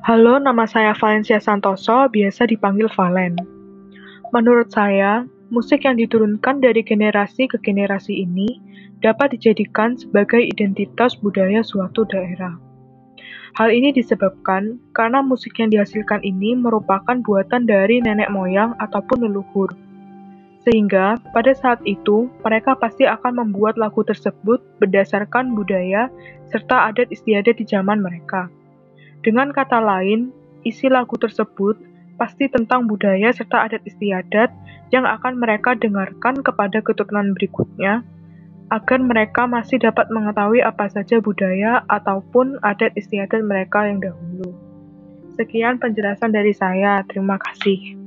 Halo, nama saya Valencia Santoso, biasa dipanggil Valen. Menurut saya, musik yang diturunkan dari generasi ke generasi ini dapat dijadikan sebagai identitas budaya suatu daerah. Hal ini disebabkan karena musik yang dihasilkan ini merupakan buatan dari nenek moyang ataupun leluhur. Sehingga pada saat itu, mereka pasti akan membuat lagu tersebut berdasarkan budaya serta adat istiadat di zaman mereka. Dengan kata lain, isi lagu tersebut pasti tentang budaya serta adat istiadat yang akan mereka dengarkan kepada keturunan berikutnya, agar mereka masih dapat mengetahui apa saja budaya ataupun adat istiadat mereka yang dahulu. Sekian penjelasan dari saya, terima kasih.